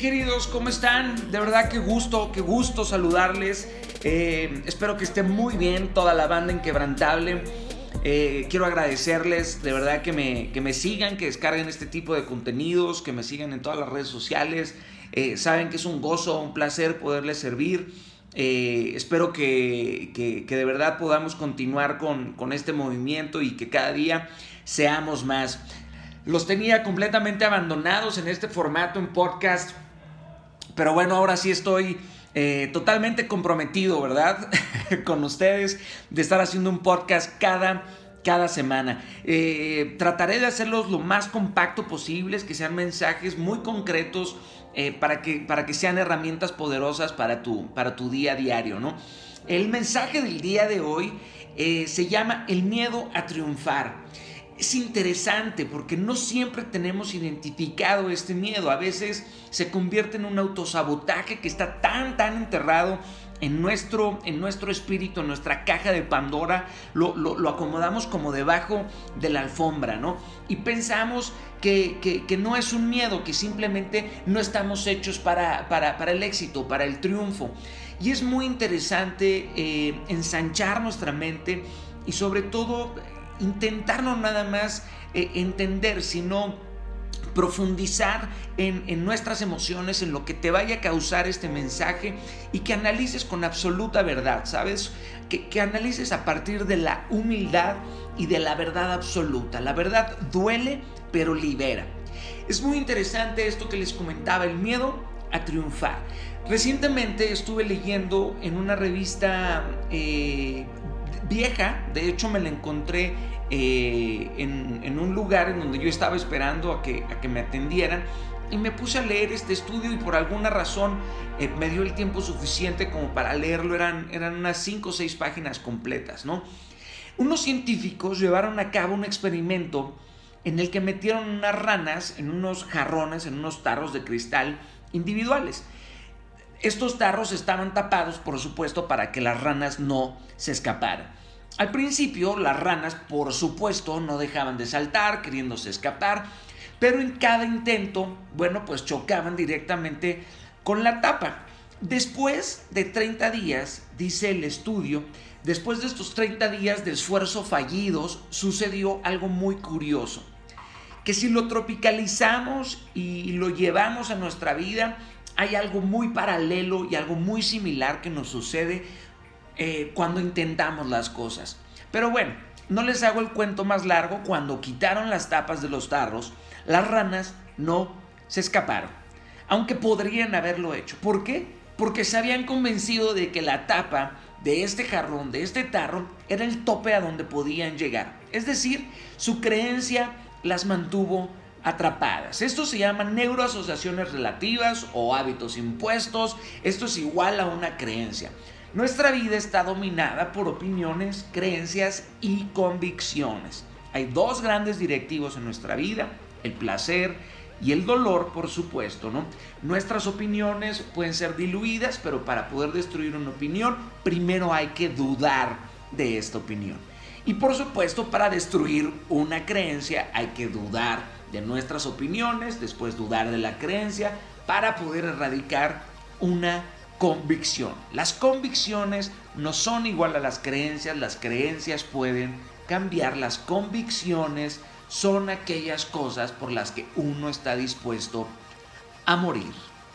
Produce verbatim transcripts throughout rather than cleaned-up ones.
queridos, ¿cómo están? De verdad qué gusto, qué gusto saludarles. Eh, espero que esté muy bien toda la banda Inquebrantable. Eh, quiero agradecerles de verdad que me, que me sigan, que descarguen este tipo de contenidos, que me sigan en todas las redes sociales. Eh, saben que es un gozo, un placer poderles servir. Eh, espero que, que, que de verdad podamos continuar con, con este movimiento y que cada día seamos más. Los tenía completamente abandonados en este formato en podcast, pero bueno, ahora sí estoy eh, totalmente comprometido, ¿verdad? con ustedes, de estar haciendo un podcast cada, cada semana. Eh, trataré de hacerlos lo más compacto posible, que sean mensajes muy concretos, eh, para que, para que sean herramientas poderosas para tu, para tu día a diario, ¿no? El mensaje del día de hoy eh, se llama El miedo a triunfar. Es interesante porque no siempre tenemos identificado este miedo. A veces se convierte en un autosabotaje que está tan, tan enterrado en nuestro, en nuestro espíritu, en nuestra caja de Pandora. Lo, lo, lo acomodamos como debajo de la alfombra, ¿no? Y pensamos que, que, que no es un miedo, que simplemente no estamos hechos para, para, para el éxito, para el triunfo. Y es muy interesante eh, ensanchar nuestra mente y sobre todo intentar no nada más eh, entender, sino profundizar en, en nuestras emociones, en lo que te vaya a causar este mensaje y que analices con absoluta verdad, ¿sabes? Que, que analices a partir de la humildad y de la verdad absoluta. La verdad duele, pero libera. Es muy interesante esto que les comentaba, el miedo a triunfar. Recientemente estuve leyendo en una revista eh, vieja, de hecho me la encontré eh, en, en un lugar en donde yo estaba esperando a que, a que me atendieran, y me puse a leer este estudio y por alguna razón eh, me dio el tiempo suficiente como para leerlo. Eran, eran unas cinco o seis páginas completas, ¿no? Unos científicos llevaron a cabo un experimento en el que metieron unas ranas en unos jarrones, en unos tarros de cristal individuales. Estos tarros estaban tapados, por supuesto, para que las ranas no se escaparan. Al principio, las ranas, por supuesto, no dejaban de saltar, queriéndose escapar, pero en cada intento, bueno, pues chocaban directamente con la tapa. Después de treinta días, dice el estudio, después de estos treinta días de esfuerzo fallidos, sucedió algo muy curioso, que si lo tropicalizamos y lo llevamos a nuestra vida, hay algo muy paralelo y algo muy similar que nos sucede eh, cuando intentamos las cosas. Pero bueno, no les hago el cuento más largo. Cuando quitaron las tapas de los tarros, las ranas no se escaparon, aunque podrían haberlo hecho. ¿Por qué? Porque se habían convencido de que la tapa de este jarrón, de este tarro, era el tope a donde podían llegar. Es decir, su creencia las mantuvo atrapadas. Esto se llama neuroasociaciones relativas o hábitos impuestos. Esto es igual a una creencia. Nuestra vida está dominada por opiniones, creencias y convicciones. Hay dos grandes directivos en nuestra vida, el placer y el dolor, por supuesto, ¿no? Nuestras opiniones pueden ser diluidas, pero para poder destruir una opinión, primero hay que dudar de esta opinión. Y por supuesto, para destruir una creencia hay que dudar de nuestras opiniones, después dudar de la creencia, para poder erradicar una convicción. Las convicciones no son igual a las creencias, las creencias pueden cambiar, las convicciones son aquellas cosas por las que uno está dispuesto a morir.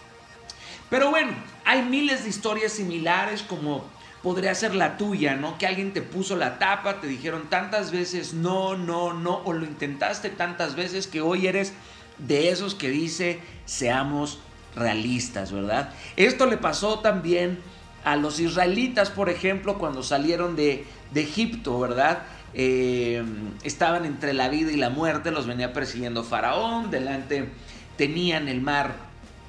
Pero bueno, hay miles de historias similares, como podría ser la tuya, ¿no? Que alguien te puso la tapa, te dijeron tantas veces no, no, no, o lo intentaste tantas veces que hoy eres de esos que dice seamos realistas, ¿verdad? Esto le pasó también a los israelitas, por ejemplo, cuando salieron de, de Egipto, ¿verdad? Eh, estaban entre la vida y la muerte, los venía persiguiendo Faraón, delante tenían el mar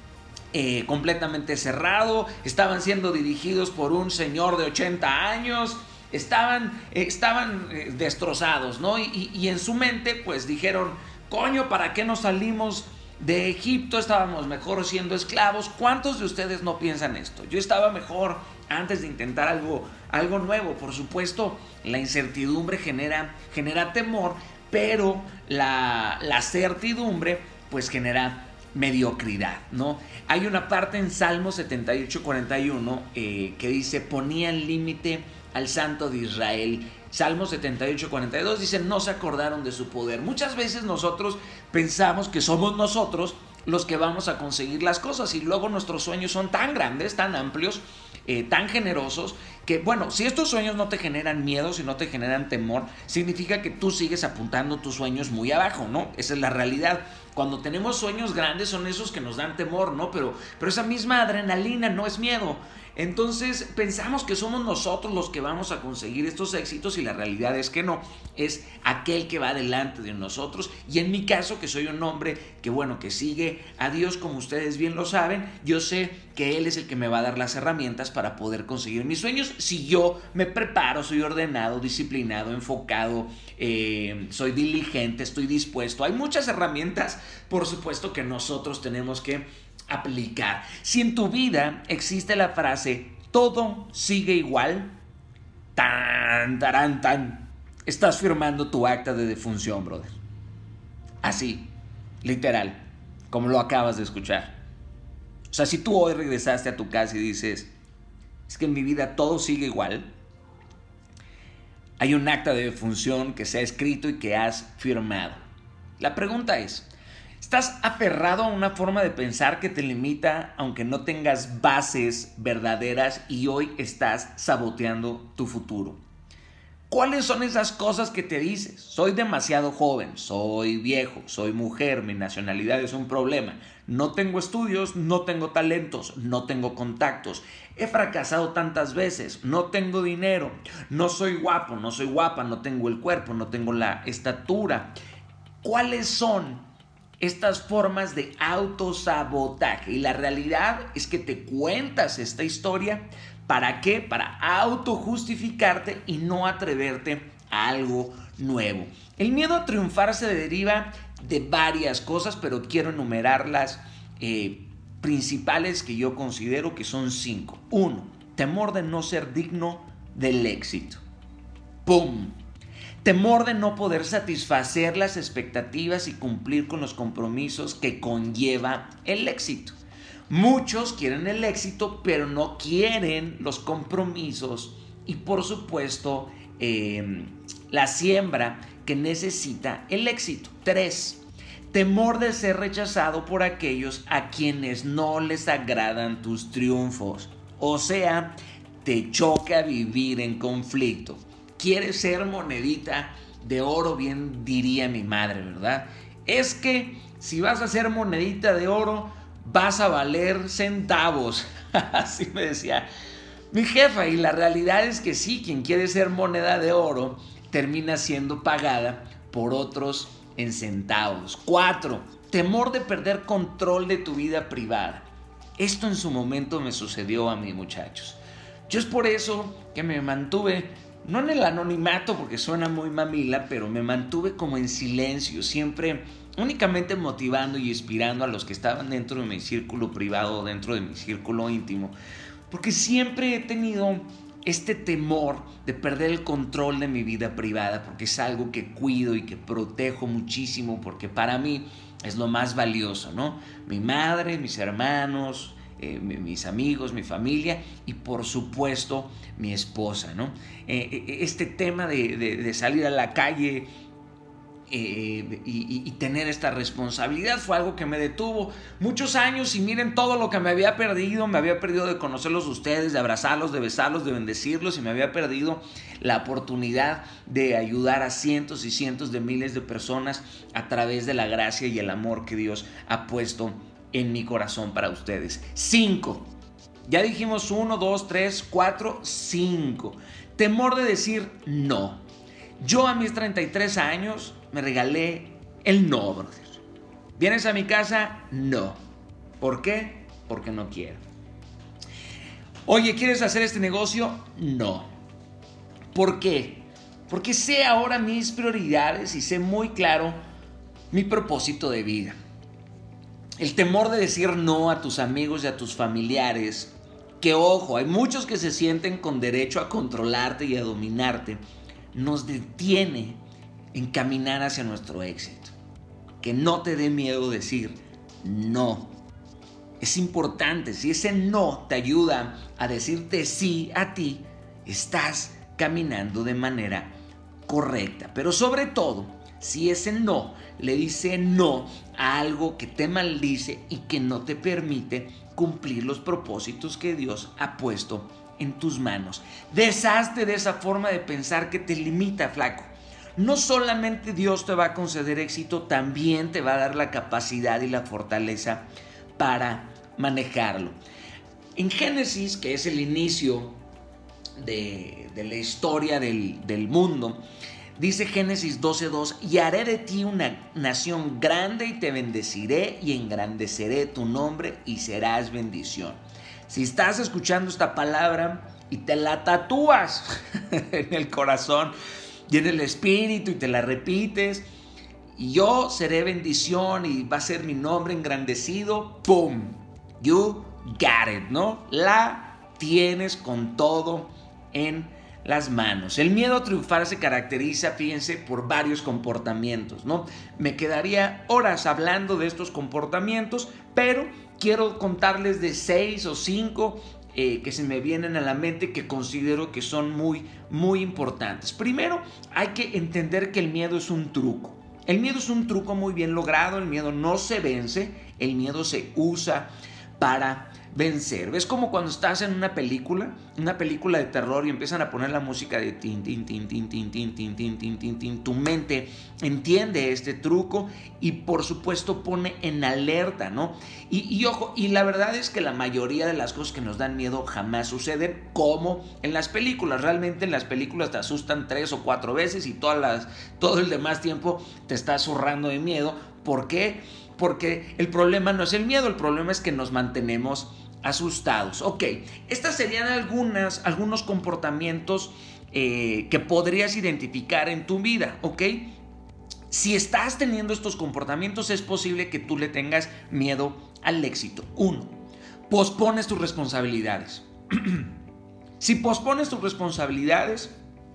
Eh, completamente cerrado, estaban siendo dirigidos por un señor de ochenta años, estaban, eh, estaban eh, destrozados, ¿no? Y, y, y en su mente pues dijeron, coño, ¿para qué nos salimos de Egipto? Estábamos mejor siendo esclavos. ¿Cuántos de ustedes no piensan esto? Yo estaba mejor antes de intentar algo, algo nuevo. Por supuesto, la incertidumbre genera, genera temor, pero la, la certidumbre pues genera mediocridad, ¿no? Hay una parte en Salmo setenta y ocho, cuarenta y uno eh, que dice, ponían límite al Santo de Israel. Salmo setenta y ocho, cuarenta y dos dice, no se acordaron de su poder. Muchas veces nosotros pensamos que somos nosotros los que vamos a conseguir las cosas y luego nuestros sueños son tan grandes, tan amplios, eh, tan generosos, que bueno, si estos sueños no te generan miedo, si no te generan temor, significa que tú sigues apuntando tus sueños muy abajo, ¿no? Esa es la realidad. Cuando tenemos sueños grandes son esos que nos dan temor, ¿no? Pero, pero esa misma adrenalina no es miedo. Entonces pensamos que somos nosotros los que vamos a conseguir estos éxitos y la realidad es que no, es aquel que va delante de nosotros. Y en mi caso, que soy un hombre que bueno, que sigue a Dios, como ustedes bien lo saben, yo sé que Él es el que me va a dar las herramientas para poder conseguir mis sueños si yo me preparo, soy ordenado, disciplinado, enfocado, eh, soy diligente, estoy dispuesto. Hay muchas herramientas, por supuesto, que nosotros tenemos que aplicar. Si en tu vida existe la frase todo sigue igual, tan, tarán, tan, estás firmando tu acta de defunción, brother. Así, literal, como lo acabas de escuchar. O sea, si tú hoy regresaste a tu casa y dices, es que en mi vida todo sigue igual, hay un acta de defunción que se ha escrito y que has firmado. La pregunta es, ¿estás aferrado a una forma de pensar que te limita aunque no tengas bases verdaderas y hoy estás saboteando tu futuro? ¿Cuáles son esas cosas que te dices? Soy demasiado joven, soy viejo, soy mujer, mi nacionalidad es un problema, no tengo estudios, no tengo talentos, no tengo contactos, he fracasado tantas veces, no tengo dinero, no soy guapo, no soy guapa, no tengo el cuerpo, no tengo la estatura. ¿Cuáles son estas formas de autosabotaje? Y la realidad es que te cuentas esta historia. ¿Para qué? Para autojustificarte y no atreverte a algo nuevo. El miedo a triunfar se deriva de varias cosas, pero quiero enumerar las eh, principales que yo considero que son cinco. Uno, temor de no ser digno del éxito. ¡Pum! Temor de no poder satisfacer las expectativas y cumplir con los compromisos que conlleva el éxito. Muchos quieren el éxito, pero no quieren los compromisos y, por supuesto, eh, la siembra que necesita el éxito. Tres, temor de ser rechazado por aquellos a quienes no les agradan tus triunfos. O sea, te choca vivir en conflicto. Quieres ser monedita de oro, bien diría mi madre, ¿verdad? Es que si vas a ser monedita de oro, vas a valer centavos. Así me decía mi jefa. Y la realidad es que sí, quien quiere ser moneda de oro termina siendo pagada por otros en centavos. Cuatro, temor de perder control de tu vida privada. Esto en su momento me sucedió a mí, muchachos. Yo es por eso que me mantuve, no en el anonimato porque suena muy mamila, pero me mantuve como en silencio, siempre únicamente motivando y inspirando a los que estaban dentro de mi círculo privado, dentro de mi círculo íntimo, porque siempre he tenido este temor de perder el control de mi vida privada, porque es algo que cuido y que protejo muchísimo, porque para mí es lo más valioso, ¿no? Mi madre, mis hermanos, eh, mis amigos, mi familia y por supuesto mi esposa, ¿no? Eh, este tema de, de, de salir a la calle Eh, y, y tener esta responsabilidad fue algo que me detuvo muchos años y miren todo lo que me había perdido. Me había perdido de conocerlos a ustedes, de abrazarlos, de besarlos, de bendecirlos, y me había perdido la oportunidad de ayudar a cientos y cientos de miles de personas a través de la gracia y el amor que Dios ha puesto en mi corazón para ustedes. Cinco, ya dijimos uno, dos, tres, cuatro, cinco. Temor de decir no. Yo a mis treinta y tres años me regalé el no, brother. ¿Vienes a mi casa? No. ¿Por qué? Porque no quiero. Oye, ¿quieres hacer este negocio? No. ¿Por qué? Porque sé ahora mis prioridades y sé muy claro mi propósito de vida. El temor de decir no a tus amigos y a tus familiares, que ojo, hay muchos que se sienten con derecho a controlarte y a dominarte, nos detiene en caminar hacia nuestro éxito. Que no te dé miedo decir no. Es importante, si ese no te ayuda a decirte sí a ti, estás caminando de manera correcta. Pero sobre todo, si ese no le dice no a algo que te maldice y que no te permite cumplir los propósitos que Dios ha puesto en tus manos. Deshazte de esa forma de pensar que te limita, flaco. No solamente Dios te va a conceder éxito, también te va a dar la capacidad y la fortaleza para manejarlo. En Génesis, que es el inicio de, de la historia del, del mundo, dice Génesis doce dos, y haré de ti una nación grande y te bendeciré y engrandeceré tu nombre y serás bendición. Si estás escuchando esta palabra y te la tatúas en el corazón y en el espíritu y te la repites, y yo seré bendición y va a ser mi nombre engrandecido, ¡pum! You got it, ¿no? La tienes con todo en las manos. El miedo a triunfar se caracteriza, fíjense, por varios comportamientos, ¿no? Me quedaría horas hablando de estos comportamientos, pero quiero contarles de seis o cinco eh, que se me vienen a la mente que considero que son muy, muy importantes. Primero, hay que entender que el miedo es un truco. El miedo es un truco muy bien logrado, el miedo no se vence, el miedo se usa para vencer. ¿Ves como cuando estás en una película, una película de terror y empiezan a poner la música de tin, tin, tin, tin, tin, tin, tin, tin, tin, tin, tin? Tu mente entiende este truco y por supuesto pone en alerta, ¿no? Y, y ojo, y la verdad es que la mayoría de las cosas que nos dan miedo jamás suceden como en las películas. Realmente en las películas te asustan tres o cuatro veces y todas las, todo el demás tiempo te estás zurrando de miedo. ¿Por qué? Porque el problema no es el miedo, el problema es que nos mantenemos asustados. Ok, estas serían algunas, algunos comportamientos eh, que podrías identificar en tu vida, ¿ok? Si estás teniendo estos comportamientos, es posible que tú le tengas miedo al éxito. Uno, pospones tus responsabilidades. Si pospones tus responsabilidades,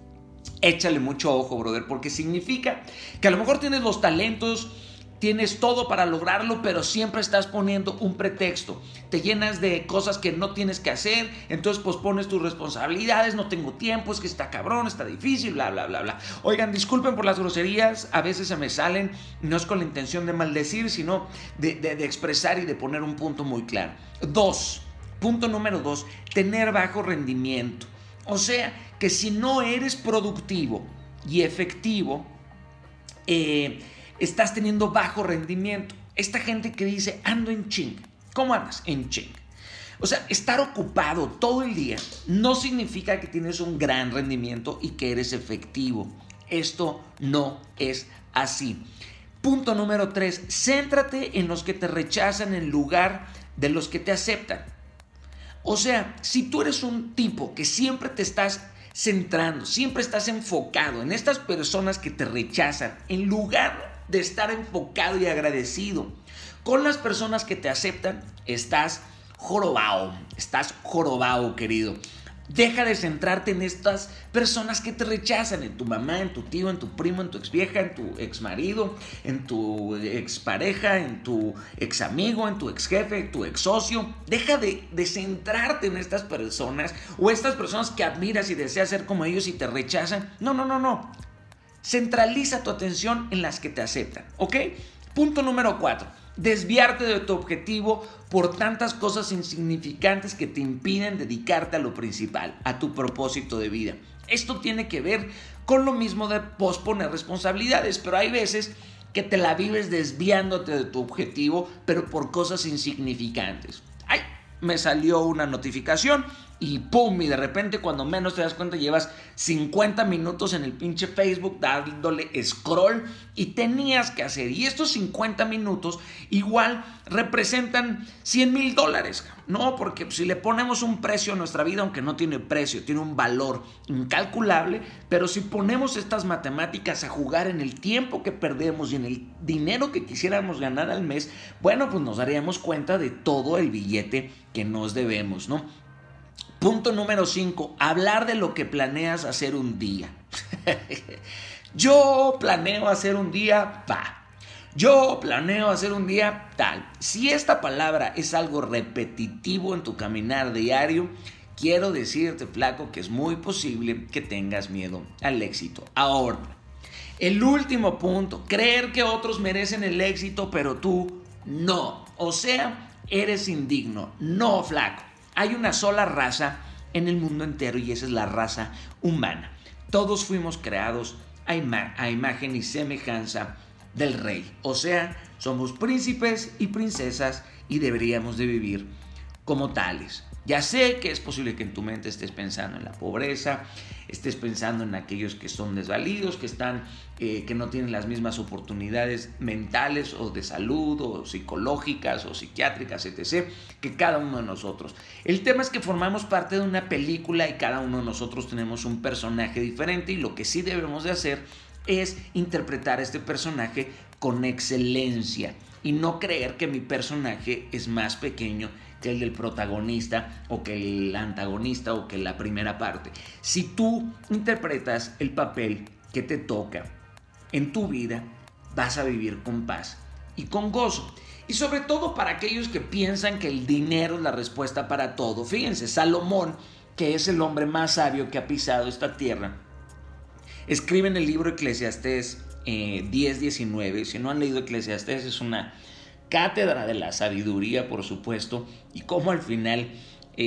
échale mucho ojo, brother, porque significa que a lo mejor tienes los talentos, tienes todo para lograrlo, pero siempre estás poniendo un pretexto. Te llenas de cosas que no tienes que hacer, entonces pospones tus responsabilidades, no tengo tiempo, es que está cabrón, está difícil, bla, bla, bla, bla. Oigan, disculpen por las groserías, a veces se me salen, no es con la intención de maldecir, sino de, de, de expresar y de poner un punto muy claro. Dos, punto número dos, tener bajo rendimiento. O sea, que si no eres productivo y efectivo, eh... estás teniendo bajo rendimiento. Esta gente que dice, ando en ching. ¿Cómo andas? En ching. O sea, estar ocupado todo el día no significa que tienes un gran rendimiento y que eres efectivo. Esto no es así. Punto número tres. Céntrate en los que te rechazan en lugar de los que te aceptan. O sea, si tú eres un tipo que siempre te estás centrando, siempre estás enfocado en estas personas que te rechazan, en lugar de estar enfocado y agradecido con las personas que te aceptan, estás jorobado, estás jorobado, querido. Deja de centrarte en estas personas que te rechazan, en tu mamá, en tu tío, en tu primo, en tu exvieja, en tu exmarido, en tu expareja, en tu examigo, en tu exjefe, en tu exsocio. Deja de, de centrarte en estas personas o estas personas que admiras y deseas ser como ellos y te rechazan. No, no, no, no. Centraliza tu atención en las que te aceptan, ¿ok? Punto número cuatro. Desviarte de tu objetivo por tantas cosas insignificantes que te impiden dedicarte a lo principal, a tu propósito de vida. Esto tiene que ver con lo mismo de posponer responsabilidades, pero hay veces que te la vives desviándote de tu objetivo, pero por cosas insignificantes. ¡Ay! Me salió una notificación y ¡pum! Y de repente cuando menos te das cuenta llevas cincuenta minutos en el pinche Facebook dándole scroll y tenías que hacer. Y estos cincuenta minutos igual representan cien mil dólares. No, porque si le ponemos un precio a nuestra vida, aunque no tiene precio, tiene un valor incalculable, pero si ponemos estas matemáticas a jugar en el tiempo que perdemos y en el dinero que quisiéramos ganar al mes, bueno, pues nos daríamos cuenta de todo el billete que nos debemos, ¿no? Punto número cinco, hablar de lo que planeas hacer un día. Yo planeo hacer un día, va. Yo planeo hacer un día tal. Si esta palabra es algo repetitivo en tu caminar diario, quiero decirte, flaco, que es muy posible que tengas miedo al éxito. Ahora, el último punto, creer que otros merecen el éxito, pero tú no. O sea, eres indigno. No, flaco. Hay una sola raza en el mundo entero y esa es la raza humana. Todos fuimos creados a, ima- a imagen y semejanza del rey. O sea, somos príncipes y princesas y deberíamos de vivir como tales. Ya sé que es posible que en tu mente estés pensando en la pobreza, estés pensando en aquellos que son desvalidos, que están, eh, que no tienen las mismas oportunidades mentales o de salud o psicológicas o psiquiátricas, etcétera, que cada uno de nosotros. El tema es que formamos parte de una película y cada uno de nosotros tenemos un personaje diferente y lo que sí debemos de hacer es interpretar a este personaje con excelencia y no creer que mi personaje es más pequeño que el del protagonista o que el antagonista o que la primera parte. Si tú interpretas el papel que te toca en tu vida, vas a vivir con paz y con gozo. Y sobre todo para aquellos que piensan que el dinero es la respuesta para todo. Fíjense, Salomón, que es el hombre más sabio que ha pisado esta tierra, escribe en el libro Eclesiastés eh, diez diecinueve. Si no han leído Eclesiastés, es una cátedra de la sabiduría, por supuesto, y cómo al final, eh,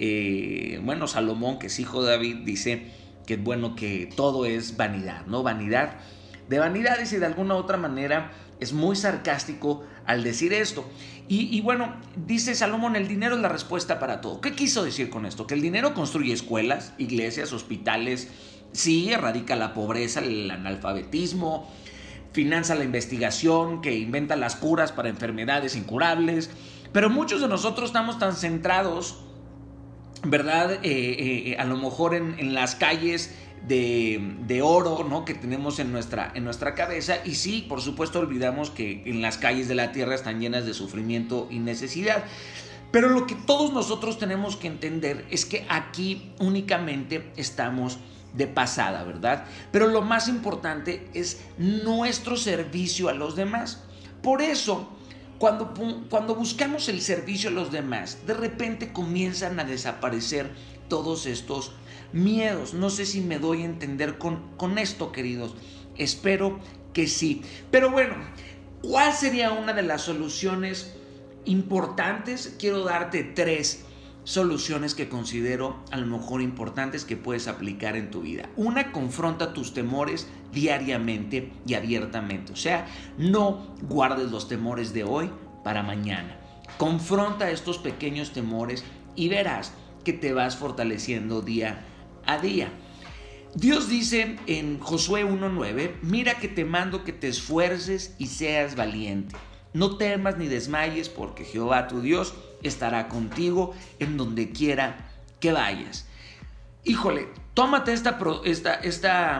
eh, bueno, Salomón, que es hijo de David, dice que bueno, que todo es vanidad, ¿no? Vanidad de vanidades, y de alguna u otra manera es muy sarcástico al decir esto. Y, y bueno, dice Salomón, el dinero es la respuesta para todo. ¿Qué quiso decir con esto? Que el dinero construye escuelas, iglesias, hospitales, sí, erradica la pobreza, el analfabetismo, financia la investigación, que inventa las curas para enfermedades incurables, pero muchos de nosotros estamos tan centrados, ¿verdad? Eh, eh, a lo mejor en, en las calles de, de oro, ¿no? Que tenemos en nuestra, en nuestra cabeza, y sí, por supuesto, olvidamos que en las calles de la tierra están llenas de sufrimiento y necesidad. Pero lo que todos nosotros tenemos que entender es que aquí únicamente estamos de pasada, ¿verdad? Pero lo más importante es nuestro servicio a los demás. Por eso, cuando, cuando buscamos el servicio a los demás, de repente comienzan a desaparecer todos estos miedos. No sé si me doy a entender con, con esto, queridos. Espero que sí. Pero bueno, ¿cuál sería una de las soluciones importantes? Quiero darte tres soluciones que considero a lo mejor importantes que puedes aplicar en tu vida. Una, confronta tus temores diariamente y abiertamente. O sea, no guardes los temores de hoy para mañana. Confronta estos pequeños temores y verás que te vas fortaleciendo día a día. Dios dice en Josué uno nueve, mira que te mando que te esfuerces y seas valiente. No temas ni desmayes, porque Jehová tu Dios estará contigo en donde quiera que vayas. Híjole, tómate esta, esta, esta,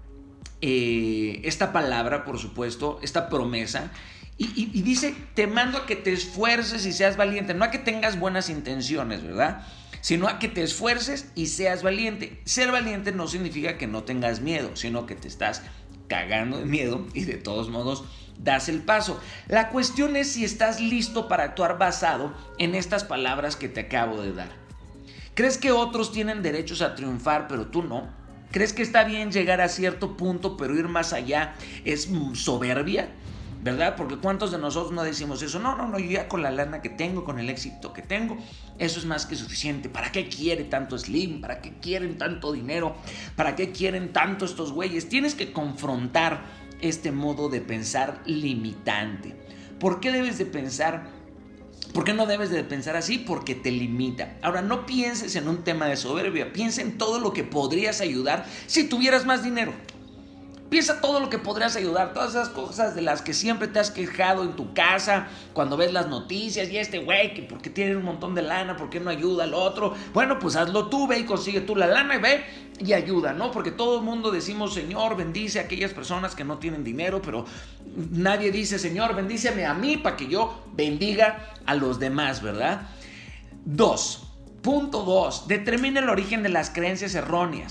eh, esta palabra, por supuesto, esta promesa, y, y, y dice, te mando a que te esfuerces y seas valiente, no a que tengas buenas intenciones, ¿verdad? Sino a que te esfuerces y seas valiente. Ser valiente no significa que no tengas miedo, sino que te estás cagando de miedo y de todos modos das el paso. La cuestión es si estás listo para actuar basado en estas palabras que te acabo de dar. ¿Crees que otros tienen derechos a triunfar, pero tú no? ¿Crees que está bien llegar a cierto punto, pero ir más allá es soberbia? ¿Verdad? Porque ¿cuántos de nosotros no decimos eso? No, no, no, yo ya con la lana que tengo, con el éxito que tengo, eso es más que suficiente. ¿Para qué quiere tanto Slim? ¿Para qué quieren tanto dinero? ¿Para qué quieren tanto estos güeyes? Tienes que confrontar este modo de pensar limitante. ¿Por qué debes de pensar? ¿Por qué no debes de pensar así? Porque te limita. Ahora, no pienses en un tema de soberbia, piensa en todo lo que podrías ayudar si tuvieras más dinero. Piensa todo lo que podrías ayudar, todas esas cosas de las que siempre te has quejado en tu casa, cuando ves las noticias y este güey que porque tiene un montón de lana, ¿por qué no ayuda al otro? Bueno, pues hazlo tú, ve y consigue tú la lana y ve y ayuda, ¿no? Porque todo el mundo decimos, Señor, bendice a aquellas personas que no tienen dinero, pero nadie dice, Señor, bendíceme a mí para que yo bendiga a los demás, ¿verdad? Dos, punto dos, determina el origen de las creencias erróneas.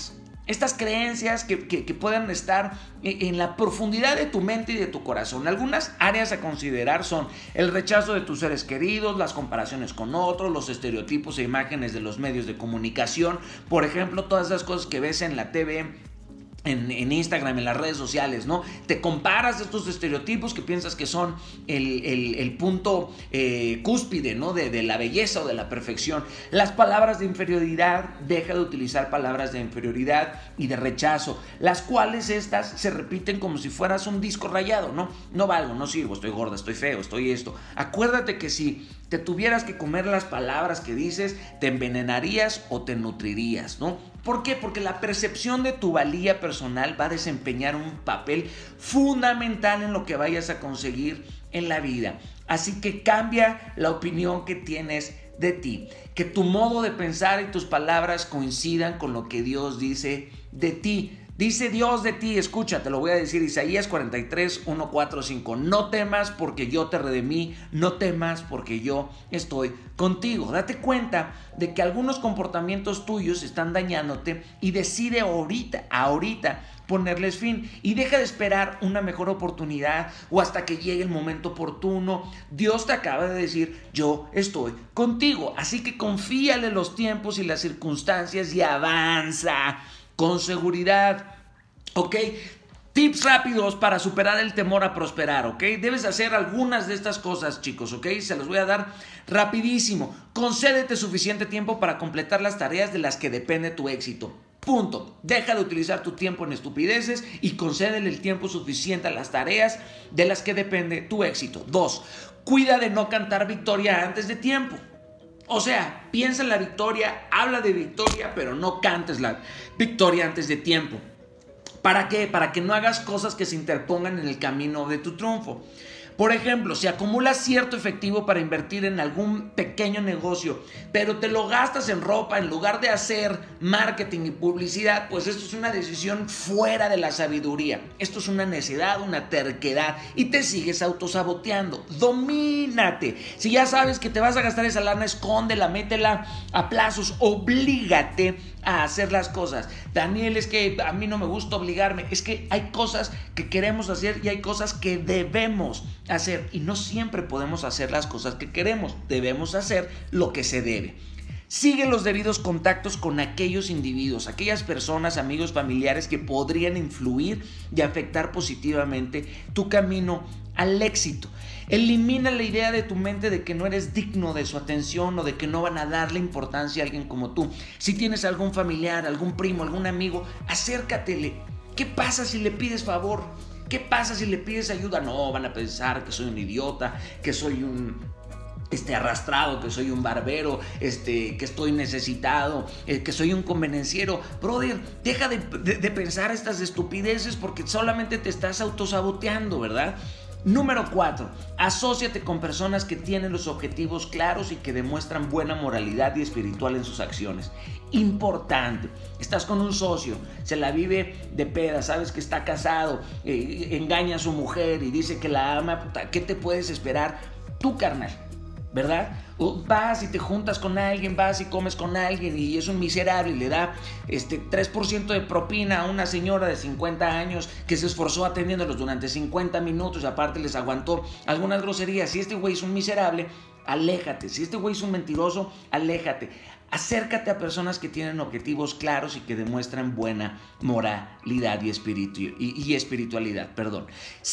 Estas creencias que, que, que puedan estar en la profundidad de tu mente y de tu corazón. Algunas áreas a considerar son el rechazo de tus seres queridos, las comparaciones con otros, los estereotipos e imágenes de los medios de comunicación. Por ejemplo, todas esas cosas que ves en la T V, En, en Instagram, en las redes sociales, ¿no? Te comparas estos estereotipos que piensas que son el, el, el punto eh, cúspide, ¿no? De, de la belleza o de la perfección. Las palabras de inferioridad, deja de utilizar palabras de inferioridad y de rechazo, las cuales estas se repiten como si fueras un disco rayado, ¿no? No valgo, no sirvo, estoy gorda, estoy feo, estoy esto. Acuérdate que si te tuvieras que comer las palabras que dices, te envenenarías o te nutrirías, ¿no? ¿Por qué? Porque la percepción de tu valía personal va a desempeñar un papel fundamental en lo que vayas a conseguir en la vida. Así que cambia la opinión que tienes de ti. Que tu modo de pensar y tus palabras coincidan con lo que Dios dice de ti. Dice Dios de ti, escucha, te lo voy a decir, Isaías cuarenta y tres, uno, cuatro, cinco. No temas porque yo te redimí, no temas porque yo estoy contigo. Date cuenta de que algunos comportamientos tuyos están dañándote y decide ahorita, ahorita ponerles fin y deja de esperar una mejor oportunidad o hasta que llegue el momento oportuno. Dios te acaba de decir, yo estoy contigo, así que confíale los tiempos y las circunstancias y avanza con seguridad, ¿ok? Tips rápidos para superar el temor a prosperar, ¿ok? Debes hacer algunas de estas cosas, chicos, ¿ok? Se los voy a dar rapidísimo. Concédete suficiente tiempo para completar las tareas de las que depende tu éxito. Punto. Deja de utilizar tu tiempo en estupideces y concédele el tiempo suficiente a las tareas de las que depende tu éxito. Dos. Cuida de no cantar victoria antes de tiempo. O sea, piensa en la victoria, habla de victoria, pero no cantes la victoria antes de tiempo. ¿Para qué? Para que no hagas cosas que se interpongan en el camino de tu triunfo. Por ejemplo, si acumulas cierto efectivo para invertir en algún pequeño negocio, pero te lo gastas en ropa en lugar de hacer marketing y publicidad, pues esto es una decisión fuera de la sabiduría. Esto es una necedad, una terquedad y te sigues autosaboteando. Domínate. Si ya sabes que te vas a gastar esa lana, escóndela, métela a plazos, oblígate a hacer las cosas. Daniel, es que a mí no me gusta obligarme. Es que hay cosas que queremos hacer y hay cosas que debemos hacer. Y no siempre podemos hacer las cosas que queremos. Debemos hacer lo que se debe. Sigue los debidos contactos con aquellos individuos, aquellas personas, amigos, familiares que podrían influir y afectar positivamente tu camino al éxito. Elimina la idea de tu mente de que no eres digno de su atención o de que no van a darle importancia a alguien como tú. Si tienes algún familiar, algún primo, algún amigo, acércatele. ¿Qué pasa si le pides favor? ¿Qué pasa si le pides ayuda? No, van a pensar que soy un idiota, que soy un este, arrastrado, que soy un barbero, este, que estoy necesitado, eh, que soy un convenenciero. Brother, deja de, de, de pensar estas estupideces porque solamente te estás autosaboteando, ¿verdad? Número cuatro, asóciate con personas que tienen los objetivos claros y que demuestran buena moralidad y espiritual en sus acciones. Importante, estás con un socio, se la vive de peda, sabes que está casado, eh, engaña a su mujer y dice que la ama, puta, ¿qué te puedes esperar? Tú, carnal, ¿verdad? O vas y te juntas con alguien, vas y comes con alguien y es un miserable y le da este tres por ciento de propina a una señora de cincuenta años que se esforzó atendiéndolos durante cincuenta minutos y aparte les aguantó algunas groserías. Si este güey es un miserable, aléjate. Si este güey es un mentiroso, aléjate. Acércate a personas que tienen objetivos claros y que demuestran buena moralidad y, espiritu y, y espiritualidad. Perdón.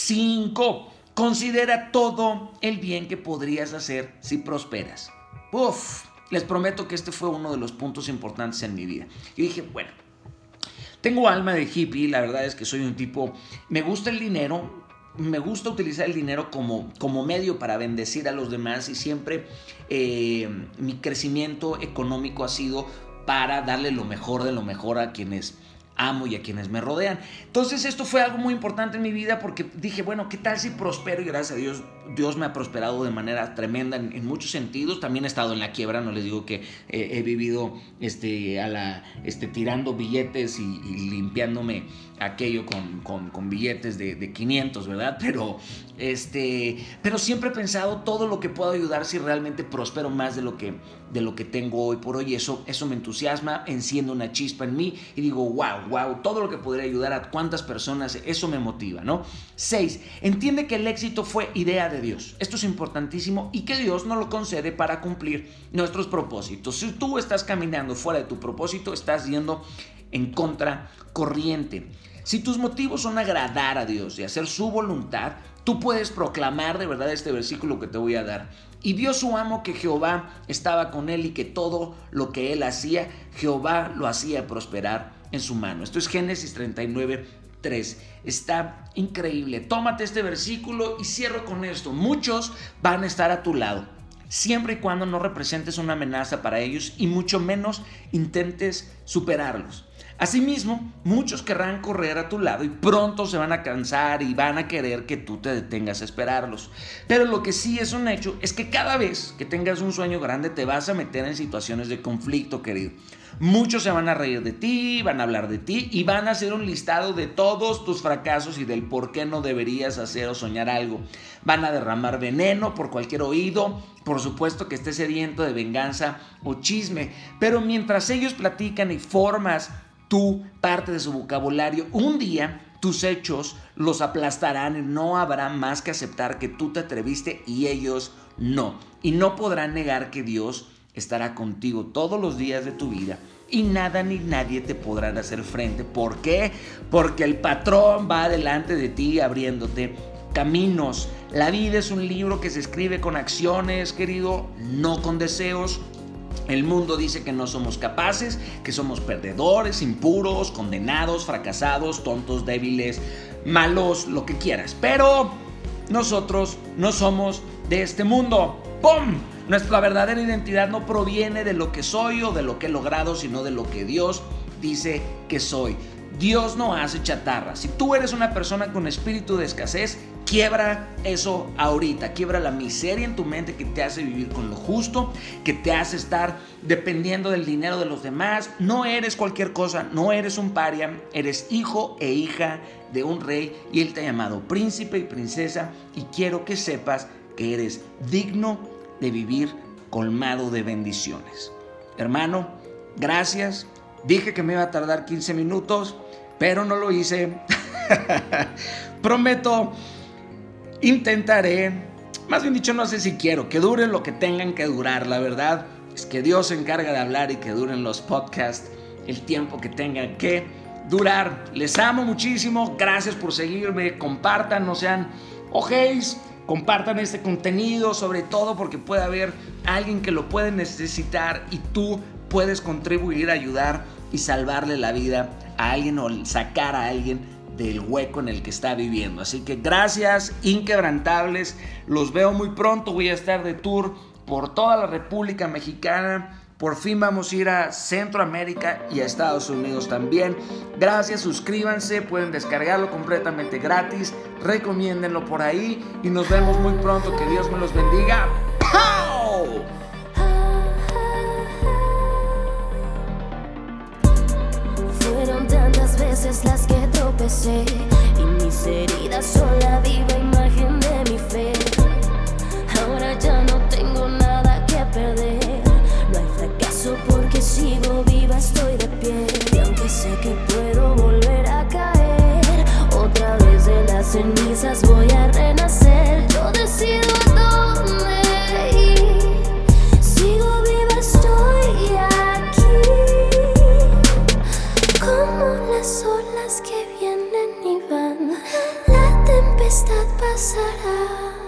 Cinco. Considera todo el bien que podrías hacer si prosperas. Uf, les prometo que este fue uno de los puntos importantes en mi vida. Yo dije, bueno, tengo alma de hippie, la verdad es que soy un tipo, me gusta el dinero, me gusta utilizar el dinero como, como medio para bendecir a los demás y siempre eh, mi crecimiento económico ha sido para darle lo mejor de lo mejor a quienes amo y a quienes me rodean. Entonces esto fue algo muy importante en mi vida porque dije, bueno, ¿qué tal si prospero? Y gracias a Dios, Dios me ha prosperado de manera tremenda en, en muchos sentidos. También he estado en la quiebra, no les digo que eh, he vivido este, a la, este, tirando billetes y, y limpiándome aquello con, con, con billetes de, de quinientos, ¿verdad? Pero, este, pero siempre he pensado todo lo que puedo ayudar si realmente prospero más de lo que, de lo que tengo hoy por hoy. Eso, eso me entusiasma, enciende una chispa en mí y digo, wow, wow, wow, todo lo que podría ayudar a cuántas personas, eso me motiva, ¿no? Seis, entiende que el éxito fue idea de Dios. Esto es importantísimo y que Dios nos lo concede para cumplir nuestros propósitos. Si tú estás caminando fuera de tu propósito, estás yendo en contra corriente. Si tus motivos son agradar a Dios y hacer su voluntad, tú puedes proclamar de verdad este versículo que te voy a dar. Y vio su amo que Jehová estaba con él y que todo lo que él hacía, Jehová lo hacía prosperar en su mano. Esto es Génesis treinta y nueve, tres. Está increíble. Tómate este versículo y cierro con esto. Muchos van a estar a tu lado, siempre y cuando no representes una amenaza para ellos y mucho menos intentes superarlos. Asimismo, muchos querrán correr a tu lado y pronto se van a cansar y van a querer que tú te detengas a esperarlos. Pero lo que sí es un hecho es que cada vez que tengas un sueño grande te vas a meter en situaciones de conflicto, querido. Muchos se van a reír de ti, van a hablar de ti y van a hacer un listado de todos tus fracasos y del por qué no deberías hacer o soñar algo. Van a derramar veneno por cualquier oído, por supuesto que estés sediento de venganza o chisme. Pero mientras ellos platican y formas tú parte de su vocabulario, un día tus hechos los aplastarán y no habrá más que aceptar que tú te atreviste y ellos no. Y no podrán negar que Dios estará contigo todos los días de tu vida y nada ni nadie te podrán hacer frente. ¿Por qué? Porque el patrón va delante de ti abriéndote caminos. La vida es un libro que se escribe con acciones, querido, no con deseos. El mundo dice que no somos capaces, que somos perdedores, impuros, condenados, fracasados, tontos, débiles, malos, lo que quieras. Pero nosotros no somos de este mundo. ¡Pum! Nuestra verdadera identidad no proviene de lo que soy o de lo que he logrado, sino de lo que Dios dice que soy. Dios no hace chatarra. Si tú eres una persona con espíritu de escasez, quiebra eso ahorita, quiebra la miseria en tu mente que te hace vivir con lo justo, que te hace estar dependiendo del dinero de los demás. No eres cualquier cosa, no eres un paria, eres hijo e hija de un rey y Él te ha llamado príncipe y princesa y quiero que sepas que eres digno de vivir colmado de bendiciones. Hermano, gracias. Dije que me iba a tardar quince minutos, pero no lo hice. Prometo, intentaré, más bien dicho, no sé si quiero, que duren lo que tengan que durar. La verdad es que Dios se encarga de hablar y que duren los podcasts el tiempo que tengan que durar. Les amo muchísimo, gracias por seguirme, compartan, no sean ojéis, compartan este contenido, sobre todo porque puede haber alguien que lo puede necesitar y tú puedes contribuir a ayudar y salvarle la vida a alguien o sacar a alguien del hueco en el que está viviendo. Así que gracias, inquebrantables. Los veo muy pronto. Voy a estar de tour por toda la República Mexicana. Por fin vamos a ir a Centroamérica y a Estados Unidos también. Gracias, suscríbanse, pueden descargarlo completamente gratis. Recomiéndenlo por ahí y nos vemos muy pronto. Que Dios me los bendiga. ¡Pow! Fueron tantas veces las que tropecé y mis heridas son la viva imagen de mi fe. Ahora ya no tengo nada que perder, no hay fracaso porque sigo viva, estoy de pie. Y aunque sé que puedo volver a caer, otra vez de las cenizas voy a renacer. Yo decido dónde ir, sigo viva, estoy aquí. Como las olas que vienen y van, la tempestad pasará.